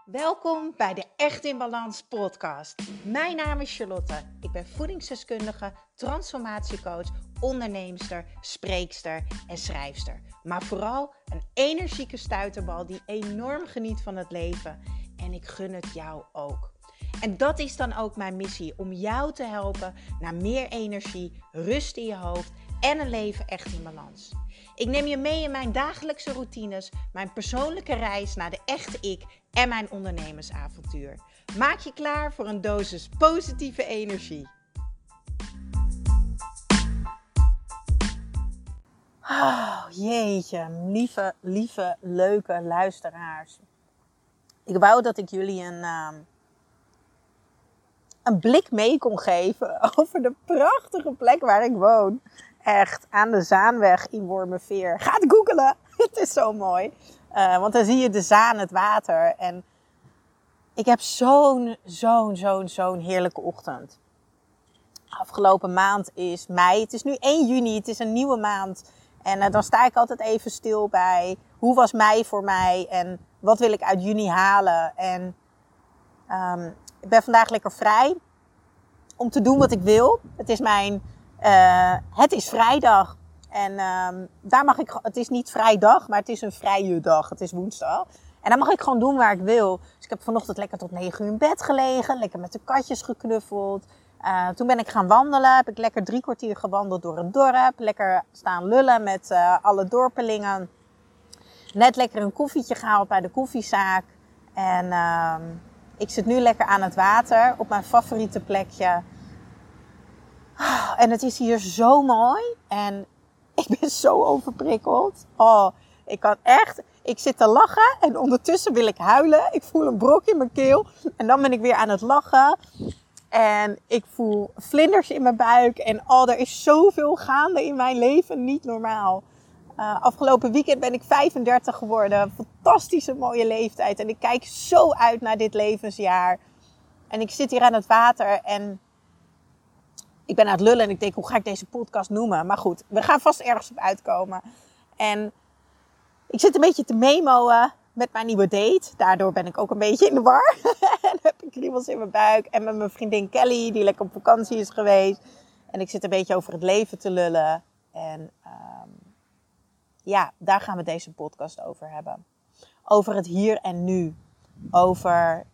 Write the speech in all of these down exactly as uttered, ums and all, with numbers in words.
Welkom bij de Echt in Balans podcast. Mijn naam is Charlotte. Ik ben voedingsdeskundige, transformatiecoach, onderneemster, spreekster en schrijfster. Maar vooral een energieke stuiterbal die enorm geniet van het leven. En ik gun het jou ook. En dat is dan ook mijn missie, om jou te helpen naar meer energie, rust in je hoofd en een leven echt in balans. Ik neem je mee in mijn dagelijkse routines, mijn persoonlijke reis naar de echte ik en mijn ondernemersavontuur. Maak je klaar voor een dosis positieve energie. Oh, jeetje, lieve, lieve, leuke luisteraars. Ik wou dat ik jullie een, uh, een blik mee kon geven over de prachtige plek waar ik woon. Echt, aan de Zaanweg in Wormerveer. Ga het googelen, het is zo mooi. Uh, want dan zie je de Zaan, het water. En ik heb zo'n, zo'n, zo'n, zo'n heerlijke ochtend. Afgelopen maand is mei. Het is nu één juni, het is een nieuwe maand. En uh, dan sta ik altijd even stil bij hoe was mei voor mij en wat wil ik uit juni halen. En um, ik ben vandaag lekker vrij om te doen wat ik wil. Het is mijn, uh, het is vrijdag. En um, daar mag ik, het is niet vrijdag, maar het is een vrije dag. Het is woensdag. En daar mag ik gewoon doen waar ik wil. Dus ik heb vanochtend lekker tot negen uur in bed gelegen. Lekker met de katjes geknuffeld. Uh, toen ben ik gaan wandelen. Heb ik lekker drie kwartier gewandeld door het dorp. Lekker staan lullen met uh, alle dorpelingen. Net lekker een koffietje gehaald bij de koffiezaak. En uh, ik zit nu lekker aan het water. Op mijn favoriete plekje. En het is hier zo mooi. En ik ben zo overprikkeld. Oh, ik kan echt... Ik zit te lachen en ondertussen wil ik huilen. Ik voel een brok in mijn keel. En dan ben ik weer aan het lachen. En ik voel vlinders in mijn buik. En oh, er is zoveel gaande in mijn leven. Niet normaal. Uh, afgelopen weekend ben ik vijfendertig geworden. Fantastische mooie leeftijd. En ik kijk zo uit naar dit levensjaar. En ik zit hier aan het water en... Ik ben aan het lullen en ik denk, hoe ga ik deze podcast noemen? Maar goed, we gaan vast ergens op uitkomen. En ik zit een beetje te memoen met mijn nieuwe date. Daardoor ben ik ook een beetje in de war. En dan heb ik kriebels in mijn buik. En met mijn vriendin Kelly, die lekker op vakantie is geweest. En ik zit een beetje over het leven te lullen. En um, ja, daar gaan we deze podcast over hebben. Over het hier en nu. Over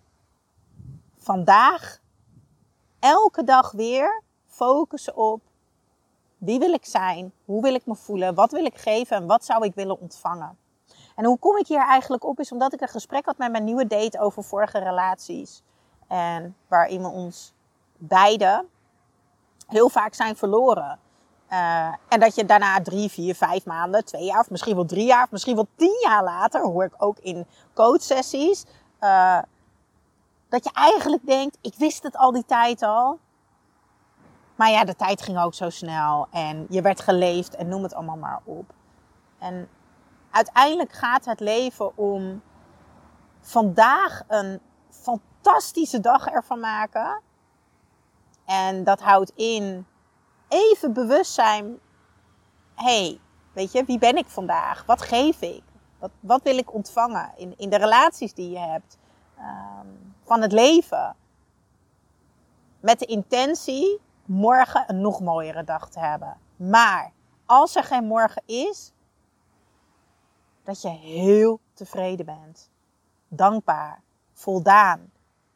vandaag, elke dag weer... focussen op wie wil ik zijn, hoe wil ik me voelen, wat wil ik geven en wat zou ik willen ontvangen. En hoe kom ik hier eigenlijk op is omdat ik een gesprek had met mijn nieuwe date over vorige relaties. En waarin we ons beiden heel vaak zijn verloren. Uh, en dat je daarna drie, vier, vijf maanden, twee jaar of misschien wel drie jaar of misschien wel tien jaar later, hoor ik ook in coachsessies, uh, dat je eigenlijk denkt, ik wist het al die tijd al. Maar ja, de tijd ging ook zo snel en je werd geleefd en noem het allemaal maar op. En uiteindelijk gaat het leven om vandaag een fantastische dag ervan maken. En dat houdt in even bewust zijn. Hé, hey, weet je, wie ben ik vandaag? Wat geef ik? Wat, wat wil ik ontvangen in, in de relaties die je hebt? Um, van het leven. Met de intentie... morgen een nog mooiere dag te hebben. Maar als er geen morgen is, dat je heel tevreden bent. Dankbaar. Voldaan.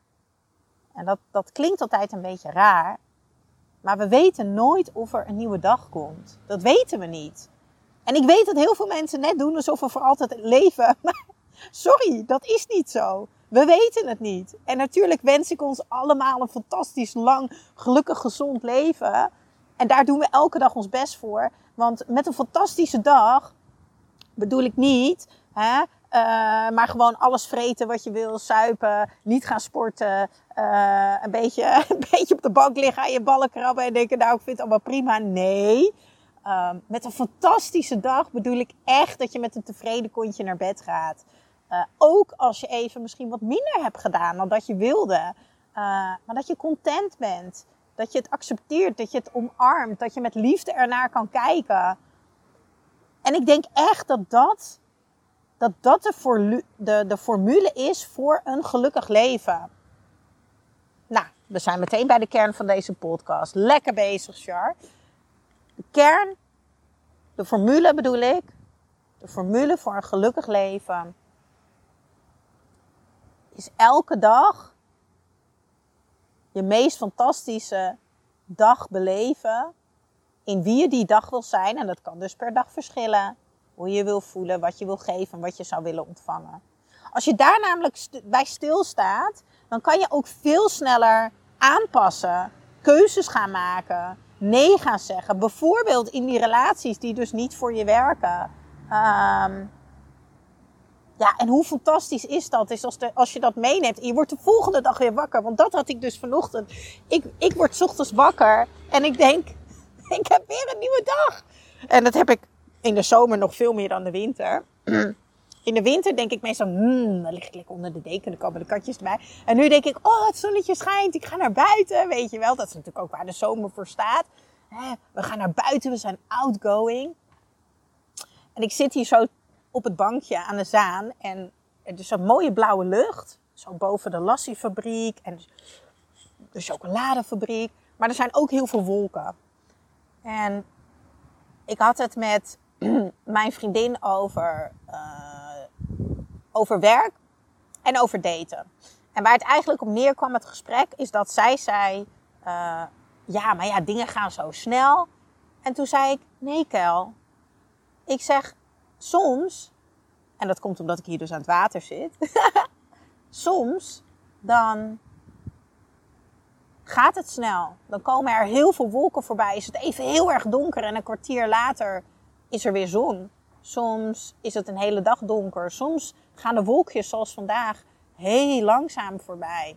En dat, dat klinkt altijd een beetje raar. Maar we weten nooit of er een nieuwe dag komt. Dat weten we niet. En ik weet dat heel veel mensen net doen alsof we voor altijd leven. Maar sorry, dat is niet zo. We weten het niet. En natuurlijk wens ik ons allemaal een fantastisch lang, gelukkig, gezond leven. En daar doen we elke dag ons best voor. Want met een fantastische dag bedoel ik niet, hè, uh, maar gewoon alles vreten wat je wil, suipen, niet gaan sporten, uh, een, beetje, een beetje op de bank liggen aan je ballen krabben en denken, nou ik vind het allemaal prima. Nee, uh, met een fantastische dag bedoel ik echt dat je met een tevreden kontje naar bed gaat. Uh, ook als je even misschien wat minder hebt gedaan dan dat je wilde. Uh, maar dat je content bent. Dat je het accepteert. Dat je het omarmt. Dat je met liefde ernaar kan kijken. En ik denk echt dat dat, dat dat de, forlu- de, de formule is voor een gelukkig leven. Nou, we zijn meteen bij de kern van deze podcast. Lekker bezig, Char. De kern, de formule bedoel ik, de formule voor een gelukkig leven is elke dag je meest fantastische dag beleven in wie je die dag wil zijn. En dat kan dus per dag verschillen. Hoe je je wil voelen, wat je wil geven en wat je zou willen ontvangen. Als je daar namelijk st- bij stilstaat, dan kan je ook veel sneller aanpassen, keuzes gaan maken, nee gaan zeggen. Bijvoorbeeld in die relaties die dus niet voor je werken. Um, ja, en hoe fantastisch is dat? Is als, de, als je dat meeneemt en je wordt de volgende dag weer wakker. Want dat had ik dus vanochtend. Ik, ik word 's ochtends wakker en ik denk, ik heb weer een nieuwe dag. En dat heb ik in de zomer nog veel meer dan de winter. In de winter denk ik meestal, hmm, dan lig ik lekker onder de deken, dan komen de katjes erbij. En nu denk ik, oh, het zonnetje schijnt, ik ga naar buiten, weet je wel. Dat is natuurlijk ook waar de zomer voor staat. We gaan naar buiten, we zijn outgoing. En ik zit hier zo op het bankje aan de Zaan. En er is een mooie blauwe lucht. Zo boven de Lassie-fabriek en de chocoladefabriek. Maar er zijn ook heel veel wolken. En ik had het met mijn vriendin over, uh, over werk en over daten. En waar het eigenlijk op neerkwam, het gesprek, is dat zij zei, uh, ja, maar ja, dingen gaan zo snel. En toen zei ik, nee Kel, ik zeg, soms, en dat komt omdat ik hier dus aan het water zit, soms dan gaat het snel. Dan komen er heel veel wolken voorbij, is het even heel erg donker en een kwartier later is er weer zon. Soms is het een hele dag donker. Soms gaan de wolkjes zoals vandaag heel langzaam voorbij.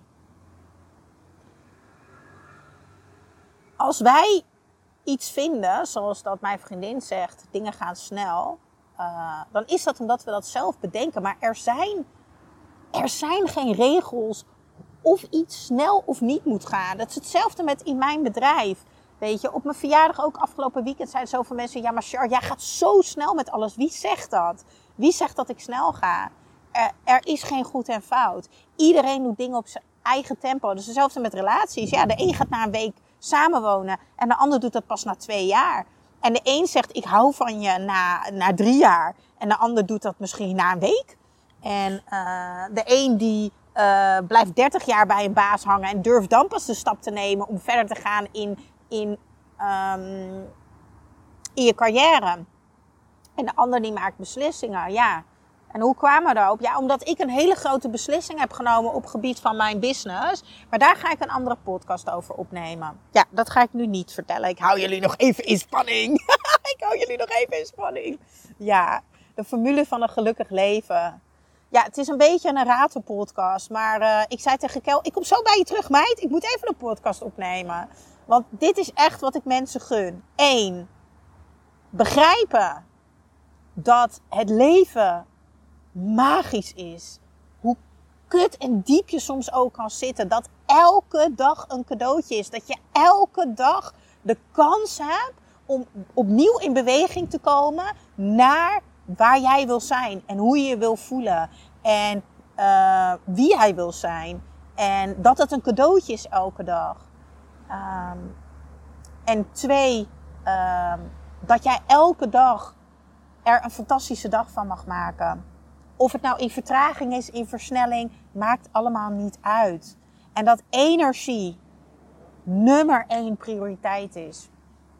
Als wij iets vinden, zoals dat mijn vriendin zegt, dingen gaan snel, uh, dan is dat omdat we dat zelf bedenken. Maar er zijn, er zijn geen regels of iets snel of niet moet gaan. Dat is hetzelfde met in mijn bedrijf. Weet je, op mijn verjaardag ook afgelopen weekend zeiden zoveel mensen, ja maar Char, jij gaat zo snel met alles. Wie zegt dat? Wie zegt dat ik snel ga? Er, er is geen goed en fout. Iedereen doet dingen op zijn eigen tempo. Dus hetzelfde met relaties. Ja, de een gaat na een week samenwonen en de ander doet dat pas na twee jaar. En de een zegt, ik hou van je na, na drie jaar. En de ander doet dat misschien na een week. En uh, de een die uh, blijft dertig jaar bij een baas hangen en durft dan pas de stap te nemen om verder te gaan in, in, um, in je carrière. En de ander die maakt beslissingen, ja. En hoe kwamen we daarop? Ja, omdat ik een hele grote beslissing heb genomen op het gebied van mijn business. Maar daar ga ik een andere podcast over opnemen. Ja, dat ga ik nu niet vertellen. Ik hou jullie nog even in spanning. ik hou jullie nog even in spanning. Ja, de formule van een gelukkig leven. Ja, het is een beetje een ratelpodcast. Maar uh, ik zei tegen Kel, ik kom zo bij je terug, meid. Ik moet even een podcast opnemen. Want dit is echt wat ik mensen gun. Eén, begrijpen dat het leven magisch is. Hoe kut en diep je soms ook kan zitten. Dat elke dag een cadeautje is. Dat je elke dag de kans hebt om opnieuw in beweging te komen naar waar jij wil zijn. En hoe je je wil voelen. En uh, wie jij wil zijn. En dat het een cadeautje is elke dag. Um, en twee, um, dat jij elke dag er een fantastische dag van mag maken. Of het nou in vertraging is, in versnelling, maakt allemaal niet uit. En dat energie nummer één prioriteit is.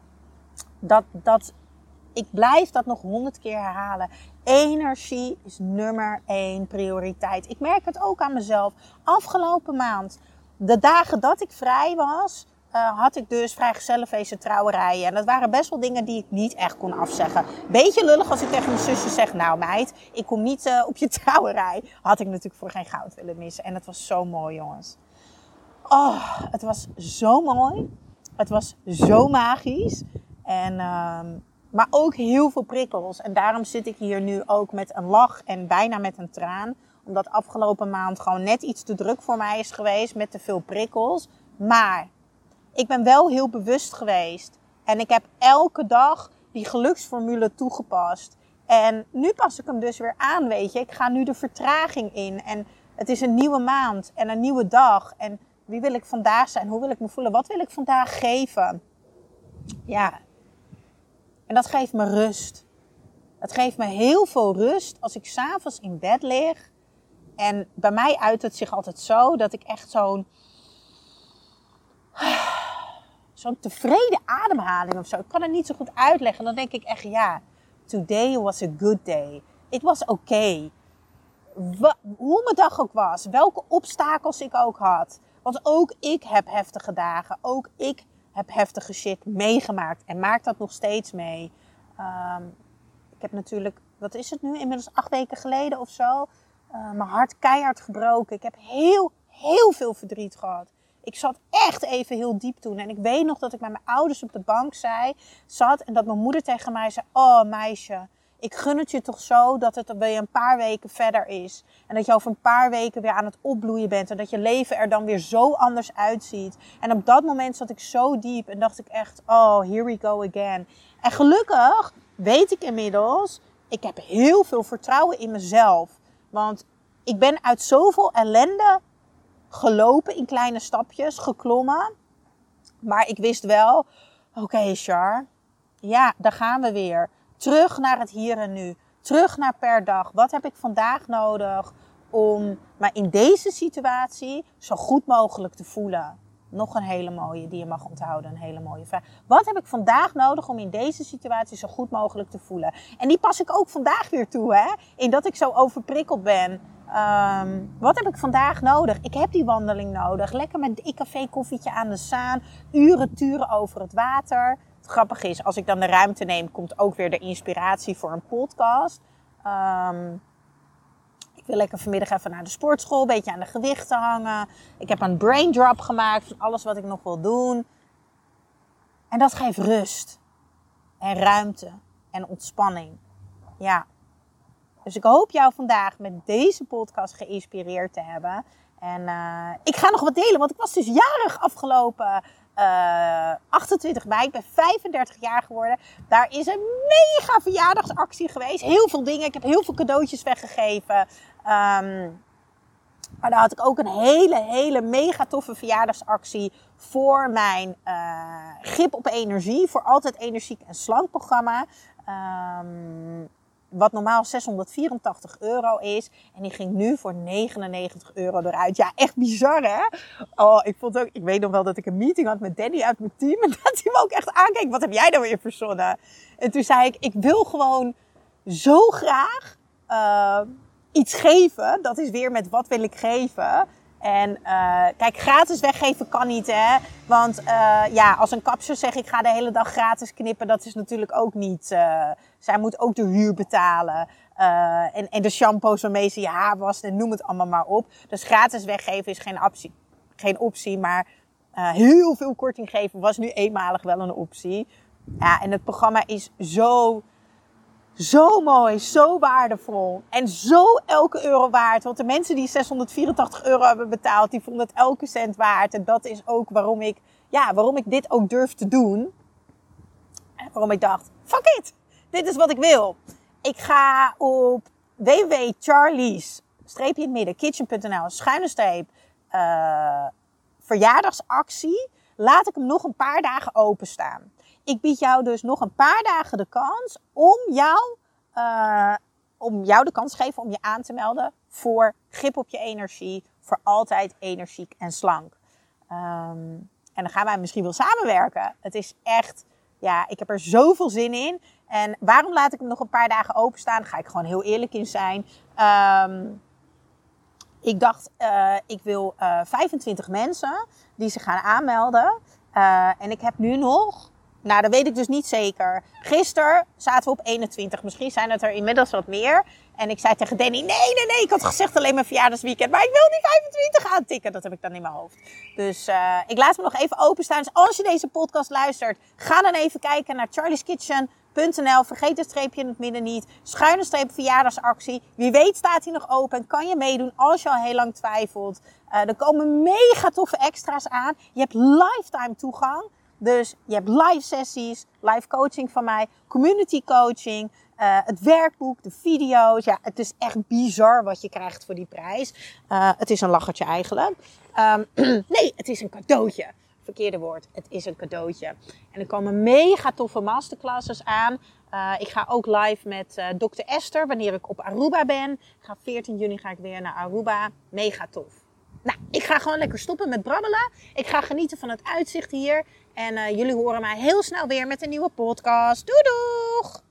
Dat, dat, ik blijf dat nog honderd keer herhalen. Energie is nummer één prioriteit. Ik merk het ook aan mezelf. Afgelopen maand, de dagen dat ik vrij was, Uh, had ik dus vrijgezellenfeesten, trouwerijen. En dat waren best wel dingen die ik niet echt kon afzeggen. Beetje lullig als ik tegen mijn zusje zeg, nou meid, ik kom niet uh, op je trouwerij. Had ik natuurlijk voor geen goud willen missen. En het was zo mooi, jongens. Oh, het was zo mooi. Het was zo magisch. En, uh, maar ook heel veel prikkels. En daarom zit ik hier nu ook met een lach en bijna met een traan. Omdat afgelopen maand gewoon net iets te druk voor mij is geweest met te veel prikkels. Maar ik ben wel heel bewust geweest. En ik heb elke dag die geluksformule toegepast. En nu pas ik hem dus weer aan, weet je. Ik ga nu de vertraging in. En het is een nieuwe maand en een nieuwe dag. En wie wil ik vandaag zijn? Hoe wil ik me voelen? Wat wil ik vandaag geven? Ja. En dat geeft me rust. Het geeft me heel veel rust als ik 's avonds in bed lig. En bij mij uit het zich altijd zo dat ik echt zo'n... Zo'n tevreden ademhaling of zo. Ik kan het niet zo goed uitleggen. Dan denk ik echt, ja, today was a good day. It was okay. Wa- hoe mijn dag ook was. Welke obstakels ik ook had. Want ook ik heb heftige dagen. Ook ik heb heftige shit meegemaakt. En maak dat nog steeds mee. Um, ik heb natuurlijk, wat is het nu? Inmiddels acht weken geleden of zo. Uh, mijn hart keihard gebroken. Ik heb heel, heel veel verdriet gehad. Ik zat echt even heel diep toen. En ik weet nog dat ik met mijn ouders op de bank zei, zat. En dat mijn moeder tegen mij zei, oh meisje, ik gun het je toch zo dat het weer een paar weken verder is. En dat je over een paar weken weer aan het opbloeien bent. En dat je leven er dan weer zo anders uitziet. En op dat moment zat ik zo diep en dacht ik echt, oh, here we go again. En gelukkig weet ik inmiddels, ik heb heel veel vertrouwen in mezelf. Want ik ben uit zoveel ellende gelopen in kleine stapjes, geklommen. Maar ik wist wel, oké okay, Char, ja, daar gaan we weer. Terug naar het hier en nu. Terug naar per dag. Wat heb ik vandaag nodig om me in deze situatie zo goed mogelijk te voelen? Nog een hele mooie die je mag onthouden. Een hele mooie vraag. Wat heb ik vandaag nodig om in deze situatie zo goed mogelijk te voelen? En die pas ik ook vandaag weer toe, hè? In dat ik zo overprikkeld ben. Um, wat heb ik vandaag nodig? Ik heb die wandeling nodig. Lekker met een café koffietje aan de Zaan. Uren turen over het water. Het grappige is, als ik dan de ruimte neem, komt ook weer de inspiratie voor een podcast. Um, ik wil lekker vanmiddag even naar de sportschool, een beetje aan de gewichten hangen. Ik heb een brain drop gemaakt van alles wat ik nog wil doen. En dat geeft rust. En ruimte. En ontspanning. Ja. Dus ik hoop jou vandaag met deze podcast geïnspireerd te hebben. En uh, ik ga nog wat delen, want ik was dus jarig afgelopen uh, achtentwintig mei. Ik ben vijfendertig jaar geworden. Daar is een mega verjaardagsactie geweest. Heel veel dingen. Ik heb heel veel cadeautjes weggegeven. Um, maar daar had ik ook een hele, hele mega toffe verjaardagsactie voor mijn uh, Grip op Energie. Voor Altijd Energiek en Slank programma. Um, Wat normaal zeshonderdvierentachtig euro is. En die ging nu voor negenennegentig euro eruit. Ja, echt bizar hè. Oh, ik vond ook, ik weet nog wel dat ik een meeting had met Danny uit mijn team. En dat hij me ook echt aankeek. Wat heb jij nou weer verzonnen? En toen zei ik, ik wil gewoon zo graag uh, iets geven. Dat is weer met wat wil ik geven. En uh, kijk, gratis weggeven kan niet hè. Want uh, ja, als een kapster zegt ik ga de hele dag gratis knippen. Dat is natuurlijk ook niet... Uh, zij moet ook de huur betalen. Uh, en, en de shampoos waarmee ze je haar wast. En noem het allemaal maar op. Dus gratis weggeven is geen optie. Geen optie, maar uh, heel veel korting geven was nu eenmalig wel een optie. Ja, en het programma is zo... Zo mooi, zo waardevol en zo elke euro waard. Want de mensen die zeshonderdvierentachtig euro hebben betaald, die vonden het elke cent waard. En dat is ook waarom ik, ja, waarom ik dit ook durf te doen. En waarom ik dacht, fuck it, dit is wat ik wil. Ik ga op w w w punt charlies, streepje in het midden, kitchen punt n l, schuine streep, uh, verjaardagsactie. Laat ik hem nog een paar dagen openstaan. Ik bied jou dus nog een paar dagen de kans om jou, uh, om jou de kans te geven om je aan te melden voor Grip op je Energie, voor Altijd Energiek en Slank. Um, en dan gaan wij misschien wel samenwerken. Het is echt, ja, ik heb er zoveel zin in. En waarom laat ik hem nog een paar dagen openstaan? Daar ga ik gewoon heel eerlijk in zijn. Um, ik dacht, uh, ik wil uh, vijfentwintig mensen die zich gaan aanmelden. Uh, en ik heb nu nog... Nou, dat weet ik dus niet zeker. Gisteren zaten we op eenentwintig. Misschien zijn het er inmiddels wat meer. En ik zei tegen Danny, nee, nee, nee. Ik had gezegd alleen mijn verjaardagsweekend. Maar ik wil die vijfentwintig aantikken. Dat heb ik dan in mijn hoofd. Dus uh, ik laat me nog even openstaan. Dus als je deze podcast luistert, ga dan even kijken naar charlies kitchen punt n l. Vergeet het streepje in het midden niet. Schuine streep verjaardagsactie. Wie weet staat hij nog open. Kan je meedoen als je al heel lang twijfelt. Uh, er komen mega toffe extra's aan. Je hebt lifetime toegang Dus je hebt live sessies, live coaching van mij, community coaching, uh, het werkboek, de video's. Ja, het is echt bizar wat je krijgt voor die prijs. Uh, het is een lachertje eigenlijk. Um, nee, het is een cadeautje. Verkeerde woord. Het is een cadeautje. En er komen mega toffe masterclasses aan. Uh, ik ga ook live met uh, dokter Esther wanneer ik op Aruba ben. Ik ga veertien juni ga ik weer naar Aruba. Mega tof. Nou, ik ga gewoon lekker stoppen met brabbelen. Ik ga genieten van het uitzicht hier. En uh, jullie horen mij heel snel weer met een nieuwe podcast. Doei doeg!